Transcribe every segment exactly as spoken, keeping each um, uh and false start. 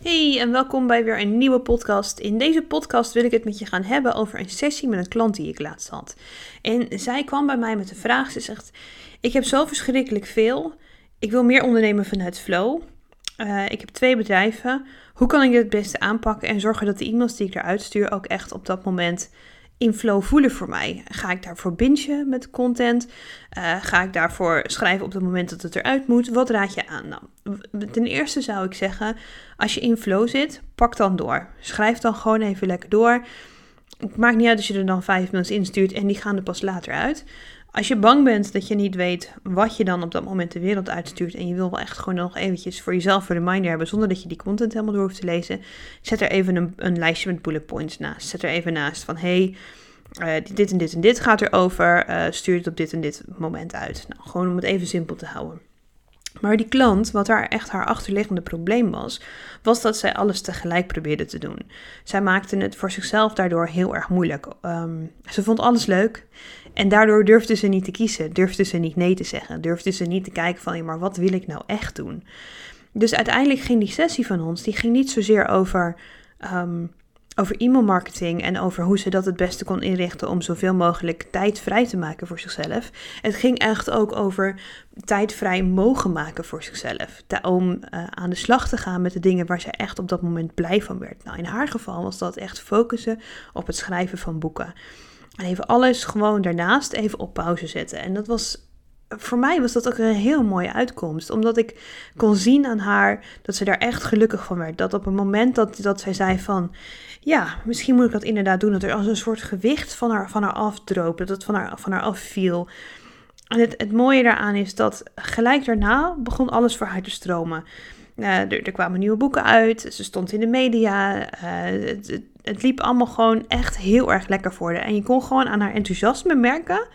Hey en welkom bij weer een nieuwe podcast. In deze podcast wil ik het met je gaan hebben over een sessie met een klant die ik laatst had. En zij kwam bij mij met de vraag, ze zegt, ik heb zo verschrikkelijk veel. Ik wil meer ondernemen vanuit flow. Uh, ik heb twee bedrijven. Hoe kan ik dit het beste aanpakken en zorgen dat de e-mails die ik eruit stuur ook echt op dat moment in flow voelen voor mij? Ga ik daarvoor bingen met content? Uh, ga ik daarvoor schrijven op het moment dat het eruit moet? Wat raad je aan? Nou, ten eerste zou ik zeggen, als je in flow zit, pak dan door. Schrijf dan gewoon even lekker door. Het maakt niet uit als je er dan vijf mails instuurt en die gaan er pas later uit. Als je bang bent dat je niet weet wat je dan op dat moment de wereld uitstuurt en je wil wel echt gewoon nog eventjes voor jezelf een reminder hebben zonder dat je die content helemaal door hoeft te lezen, zet er even een, een lijstje met bullet points naast. Zet er even naast van, hey, uh, dit en dit en dit gaat erover, uh, stuur het op dit en dit moment uit. Nou, gewoon om het even simpel te houden. Maar die klant, wat daar echt haar achterliggende probleem was, was dat zij alles tegelijk probeerde te doen. Zij maakte het voor zichzelf daardoor heel erg moeilijk. Um, ze vond alles leuk en daardoor durfde ze niet te kiezen, durfde ze niet nee te zeggen, durfde ze niet te kijken van, ja, maar wat wil ik nou echt doen? Dus uiteindelijk ging die sessie van ons, die ging niet zozeer over, um, over e-mailmarketing en over hoe ze dat het beste kon inrichten om zoveel mogelijk tijd vrij te maken voor zichzelf. Het ging echt ook over tijd vrij mogen maken voor zichzelf. Om uh, aan de slag te gaan met de dingen waar ze echt op dat moment blij van werd. Nou, in haar geval was dat echt focussen op het schrijven van boeken. En even alles gewoon daarnaast even op pauze zetten. En dat was, voor mij was dat ook een heel mooie uitkomst. Omdat ik kon zien aan haar dat ze daar echt gelukkig van werd. Dat op het moment dat, dat zij zei van, ja, misschien moet ik dat inderdaad doen. Dat er als een soort gewicht van haar, van haar afdroop. Dat het van haar, van haar afviel. En het, het mooie daaraan is dat gelijk daarna begon alles voor haar te stromen. Uh, er, er kwamen nieuwe boeken uit. Ze stond in de media. Uh, het, het, het liep allemaal gewoon echt heel erg lekker voor haar. En je kon gewoon aan haar enthousiasme merken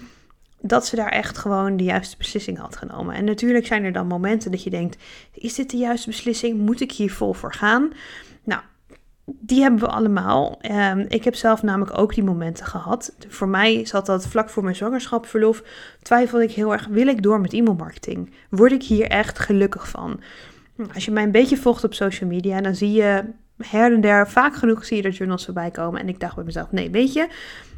dat ze daar echt gewoon de juiste beslissing had genomen. En natuurlijk zijn er dan momenten dat je denkt, is dit de juiste beslissing? Moet ik hier vol voor gaan? Nou, die hebben we allemaal. Um, ik heb zelf namelijk ook die momenten gehad. Voor mij zat dat vlak voor mijn zwangerschapsverlof. Twijfelde ik heel erg, wil ik door met e-mailmarketing? Word ik hier echt gelukkig van? Als je mij een beetje volgt op social media, dan zie je her en der, vaak genoeg zie je er journals voorbij komen. En ik dacht bij mezelf, nee, weet je,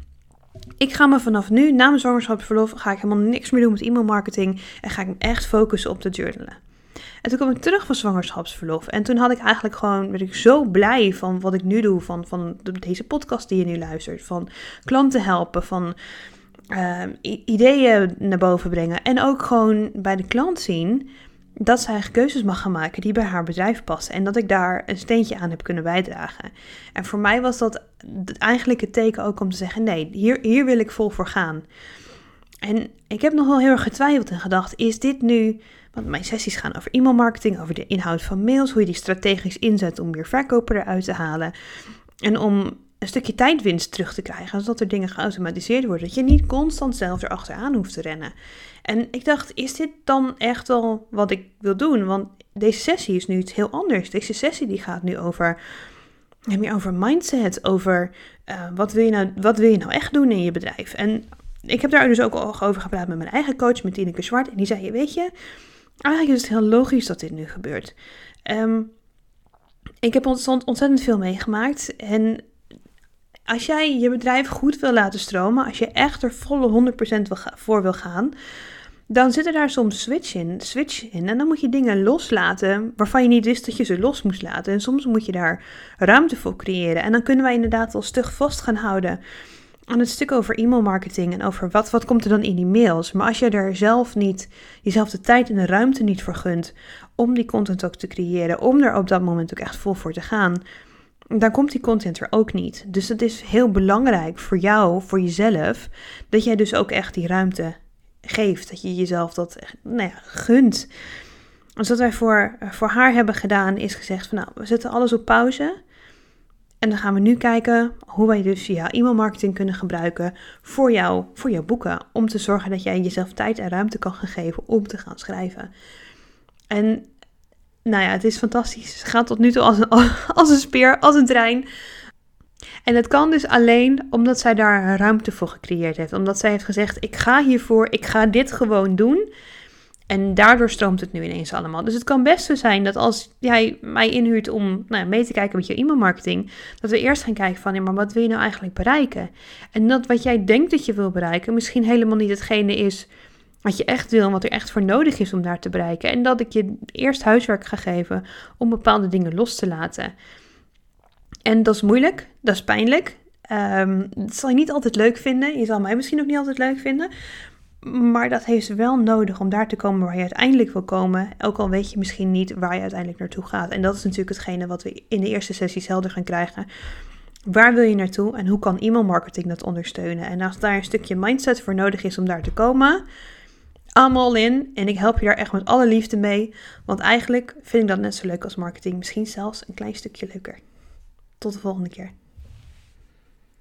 ik ga me vanaf nu, na mijn zwangerschapsverlof, ga ik helemaal niks meer doen met e-mailmarketing en ga ik me echt focussen op de journalen. En toen kwam ik terug van zwangerschapsverlof en toen had ik eigenlijk gewoon, werd ik zo blij van wat ik nu doe, van, van deze podcast die je nu luistert, van klanten helpen, van uh, ideeën naar boven brengen en ook gewoon bij de klant zien dat zij keuzes mag gaan maken die bij haar bedrijf passen. En dat ik daar een steentje aan heb kunnen bijdragen. En voor mij was dat eigenlijk het teken ook om te zeggen, nee, hier, hier wil ik vol voor gaan. En ik heb nog wel heel erg getwijfeld en gedacht, is dit nu, want mijn sessies gaan over e-mailmarketing, over de inhoud van mails, hoe je die strategisch inzet om meer verkopen eruit te halen. En om een stukje tijdwinst terug te krijgen, zodat er dingen geautomatiseerd worden. Dat je niet constant zelf erachteraan hoeft te rennen. En ik dacht, is dit dan echt wel wat ik wil doen? Want deze sessie is nu iets heel anders. Deze sessie die gaat nu over, meer over mindset, over uh, wat, wil je nou, wat wil je nou echt doen in je bedrijf? En ik heb daar dus ook al over gepraat met mijn eigen coach, met Tineke Zwart. En die zei, weet je, eigenlijk is het heel logisch dat dit nu gebeurt. Um, ik heb ontzettend, ontzettend veel meegemaakt en als jij je bedrijf goed wil laten stromen, als je echt er volle honderd procent wil ga- voor wil gaan, dan zit er daar soms switch in, switch in. En dan moet je dingen loslaten waarvan je niet wist dat je ze los moest laten. En soms moet je daar ruimte voor creëren. En dan kunnen wij inderdaad al stug vast gaan houden aan het stuk over e-mailmarketing en over wat, wat komt er dan in die mails. Maar als je er zelf niet, jezelf de tijd en de ruimte niet voor gunt om die content ook te creëren, om er op dat moment ook echt vol voor te gaan, dan komt die content er ook niet. Dus het is heel belangrijk voor jou, voor jezelf, dat jij dus ook echt die ruimte geeft. Dat je jezelf dat nou ja, gunt. Dus wat wij voor, voor haar hebben gedaan is gezegd van, nou, we zetten alles op pauze. En dan gaan we nu kijken hoe wij dus ja, e-mailmarketing kunnen gebruiken voor jou, voor jouw boeken. Om te zorgen dat jij jezelf tijd en ruimte kan gaan geven om te gaan schrijven. En nou ja, het is fantastisch. Ze gaat tot nu toe als een, als een speer, als een trein. En dat kan dus alleen omdat zij daar ruimte voor gecreëerd heeft. Omdat zij heeft gezegd, ik ga hiervoor, ik ga dit gewoon doen. En daardoor stroomt het nu ineens allemaal. Dus het kan best zo zijn dat als jij mij inhuurt om nou, mee te kijken met je e-mailmarketing, dat we eerst gaan kijken van, ja, maar wat wil je nou eigenlijk bereiken? En dat wat jij denkt dat je wil bereiken, misschien helemaal niet hetgene is wat je echt wil en wat er echt voor nodig is om daar te bereiken. En dat ik je eerst huiswerk ga geven om bepaalde dingen los te laten. En dat is moeilijk, dat is pijnlijk. Um, dat zal je niet altijd leuk vinden. Je zal mij misschien ook niet altijd leuk vinden. Maar dat heeft wel nodig om daar te komen waar je uiteindelijk wil komen. Ook al weet je misschien niet waar je uiteindelijk naartoe gaat. En dat is natuurlijk hetgene wat we in de eerste sessies helder gaan krijgen. Waar wil je naartoe en hoe kan e-mailmarketing dat ondersteunen? En als daar een stukje mindset voor nodig is om daar te komen, I'm all in. En ik help je daar echt met alle liefde mee. Want eigenlijk vind ik dat net zo leuk als marketing. Misschien zelfs een klein stukje leuker. Tot de volgende keer.